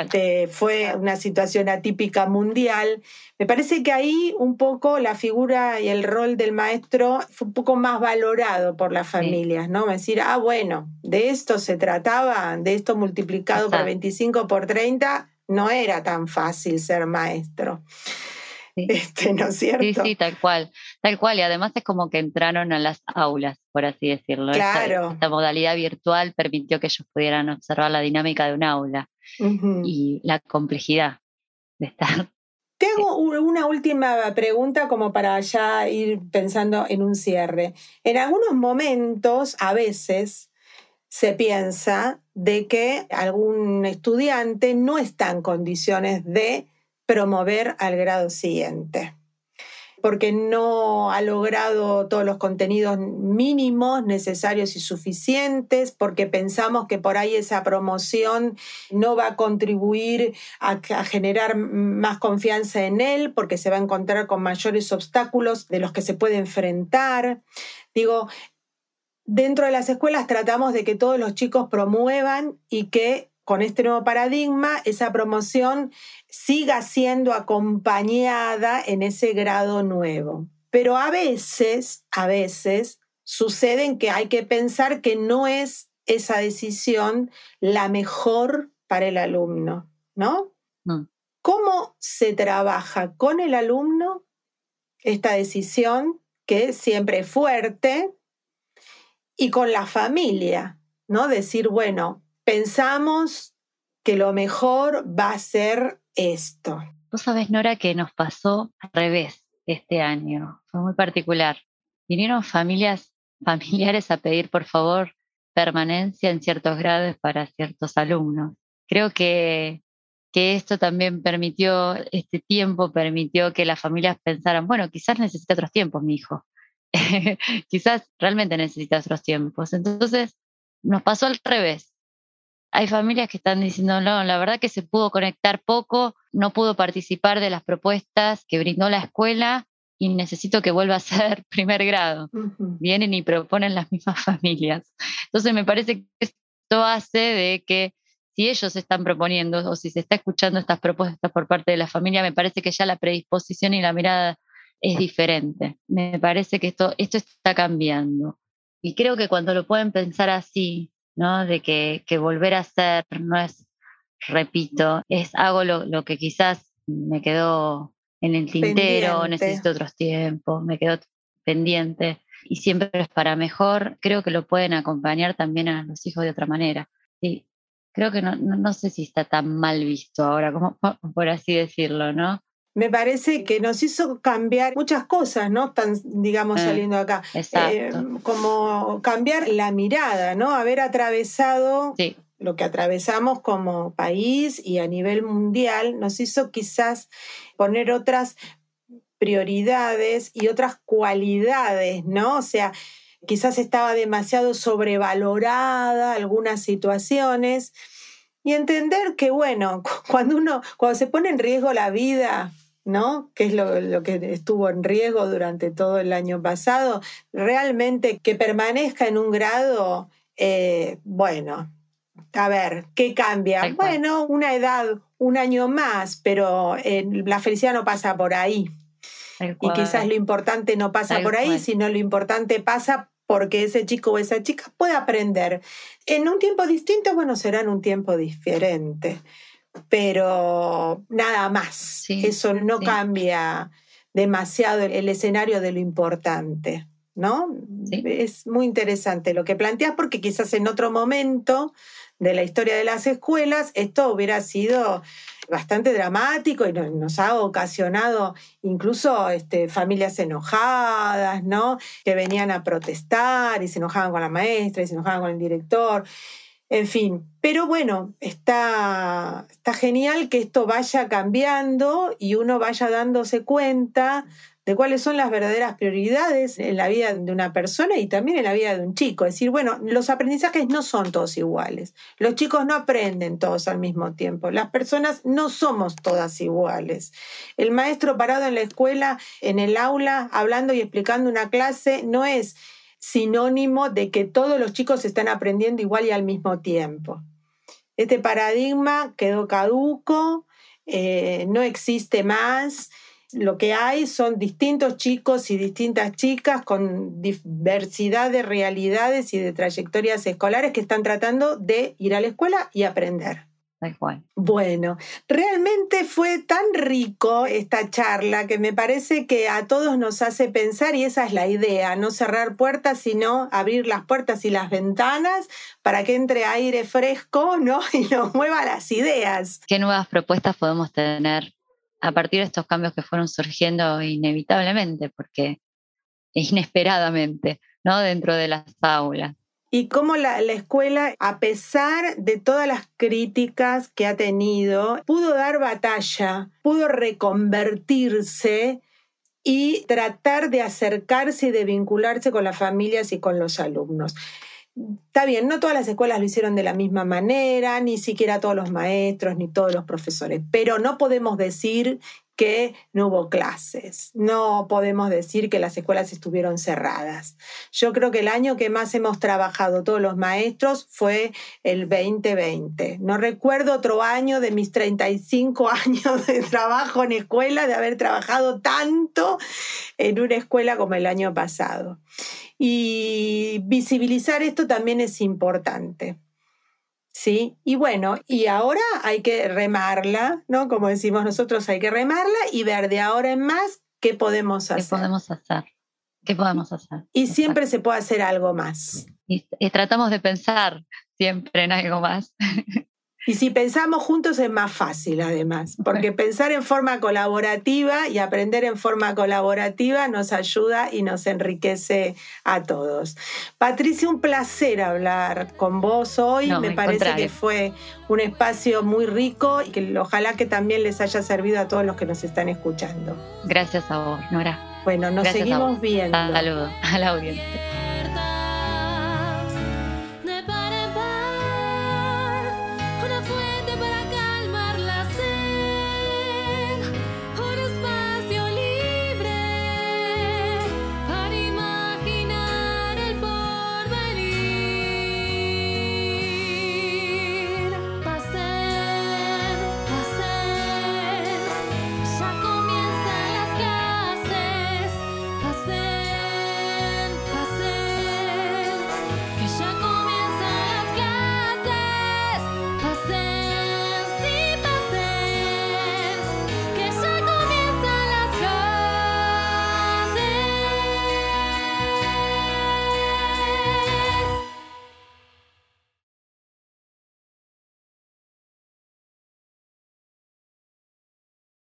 fue una situación atípica mundial. Me parece que ahí un poco la figura y el rol del maestro fue un poco más valorado por las familias, ¿no? Decir, bueno, de esto se trataba, de esto multiplicado por 25, por 30, no era tan fácil ser maestro. Sí. ¿No es cierto? Sí, tal cual. Y además es como que entraron a las aulas, por así decirlo. Claro. Esta modalidad virtual permitió que ellos pudieran observar la dinámica de un aula y la complejidad de estar. Te hago una última pregunta como para ya ir pensando en un cierre. En algunos momentos, a veces, se piensa de que algún estudiante no está en condiciones de promover al grado siguiente, porque no ha logrado todos los contenidos mínimos necesarios y suficientes, porque pensamos que por ahí esa promoción no va a contribuir a generar más confianza en él, porque se va a encontrar con mayores obstáculos de los que se puede enfrentar. Digo, dentro de las escuelas tratamos de que todos los chicos promuevan y que con este nuevo paradigma esa promoción siga siendo acompañada en ese grado nuevo. Pero a veces sucede que hay que pensar que no es esa decisión la mejor para el alumno, ¿no? ¿Cómo se trabaja con el alumno esta decisión que siempre es fuerte? Y con la familia, ¿no? Decir, bueno, pensamos que lo mejor va a ser esto. Vos sabés, Nora, que nos pasó al revés este año. Fue muy particular. Vinieron familiares a pedir, por favor, permanencia en ciertos grados para ciertos alumnos. Creo que esto también este tiempo permitió que las familias pensaran, bueno, quizás necesita otros tiempos mi hijo. Quizás realmente necesita otros tiempos. Entonces, nos pasó al revés. Hay familias que están diciendo, no, la verdad que se pudo conectar poco, no pudo participar de las propuestas que brindó la escuela y necesito que vuelva a ser primer grado. Vienen y proponen las mismas familias. Entonces, me parece que esto hace de que si ellos están proponiendo o si se está escuchando estas propuestas por parte de la familia, me parece que ya la predisposición y la mirada es diferente. Me parece que esto está cambiando. Y creo que cuando lo pueden pensar así, ¿no? De que volver a hacer no es, repito, hago lo que quizás me quedó en el tintero, necesito otros tiempos, me quedó pendiente y siempre es para mejor. Creo que lo pueden acompañar también a los hijos de otra manera. Sí, creo que no sé si está tan mal visto ahora, como por así decirlo, ¿no? Me parece que nos hizo cambiar muchas cosas, ¿no? Están, digamos, saliendo acá. Como cambiar la mirada, ¿no? Haber atravesado lo que atravesamos como país y a nivel mundial nos hizo quizás poner otras prioridades y otras cualidades, ¿no? O sea, quizás estaba demasiado sobrevalorada algunas situaciones Y entender que, bueno, cuando se pone en riesgo la vida, ¿no? Que es lo que estuvo en riesgo durante todo el año pasado, realmente que permanezca en un grado, bueno, a ver, ¿qué cambia? Bueno, una edad, un año más, pero la felicidad no pasa por ahí. Y quizás lo importante no pasa por ahí, sino lo importante pasa porque ese chico o esa chica puede aprender. En un tiempo distinto, bueno, será en un tiempo diferente, pero nada más. Sí, eso no cambia demasiado el escenario de lo importante, ¿no? Sí. Es muy interesante lo que planteas, porque quizás en otro momento de la historia de las escuelas esto hubiera sido bastante dramático y nos ha ocasionado incluso familias enojadas, ¿no? Que venían a protestar y se enojaban con la maestra y se enojaban con el director. En fin, pero bueno, está genial que esto vaya cambiando y uno vaya dándose cuenta de cuáles son las verdaderas prioridades en la vida de una persona y también en la vida de un chico. Es decir, bueno, los aprendizajes no son todos iguales. Los chicos no aprenden todos al mismo tiempo. Las personas no somos todas iguales. El maestro parado en la escuela, en el aula, hablando y explicando una clase, no es sinónimo de que todos los chicos están aprendiendo igual y al mismo tiempo. Este paradigma quedó caduco, no existe más. Lo que hay son distintos chicos y distintas chicas con diversidad de realidades y de trayectorias escolares que están tratando de ir a la escuela y aprender. Bueno, realmente fue tan rico esta charla que me parece que a todos nos hace pensar, y esa es la idea, no cerrar puertas, sino abrir las puertas y las ventanas para que entre aire fresco, ¿no? Y nos mueva las ideas. ¿Qué nuevas propuestas podemos tener a partir de estos cambios que fueron surgiendo inevitablemente, porque inesperadamente, ¿no? Dentro de las aulas? Y cómo la escuela, a pesar de todas las críticas que ha tenido, pudo dar batalla, pudo reconvertirse y tratar de acercarse y de vincularse con las familias y con los alumnos. Está bien, no todas las escuelas lo hicieron de la misma manera, ni siquiera todos los maestros, ni todos los profesores, pero no podemos decir que no hubo clases, no podemos decir que las escuelas estuvieron cerradas. Yo creo que el año que más hemos trabajado todos los maestros fue el 2020. No recuerdo otro año de mis 35 años de trabajo en escuela, de haber trabajado tanto en una escuela como el año pasado. Y visibilizar esto también es importante. ¿Sí? Y bueno, y ahora hay que remarla, ¿no? Como decimos nosotros, hay que remarla y ver de ahora en más qué podemos hacer. ¿Qué podemos hacer? Y siempre se puede hacer algo más. Y tratamos de pensar siempre en algo más. Y si pensamos juntos es más fácil, además, porque pensar en forma colaborativa y aprender en forma colaborativa nos ayuda y nos enriquece a todos. Patricia, un placer hablar con vos hoy. Me parece que fue un espacio muy rico y que ojalá que también les haya servido a todos los que nos están escuchando. Gracias a vos, Nora. Bueno, nos seguimos viendo. Saludos a la audiencia.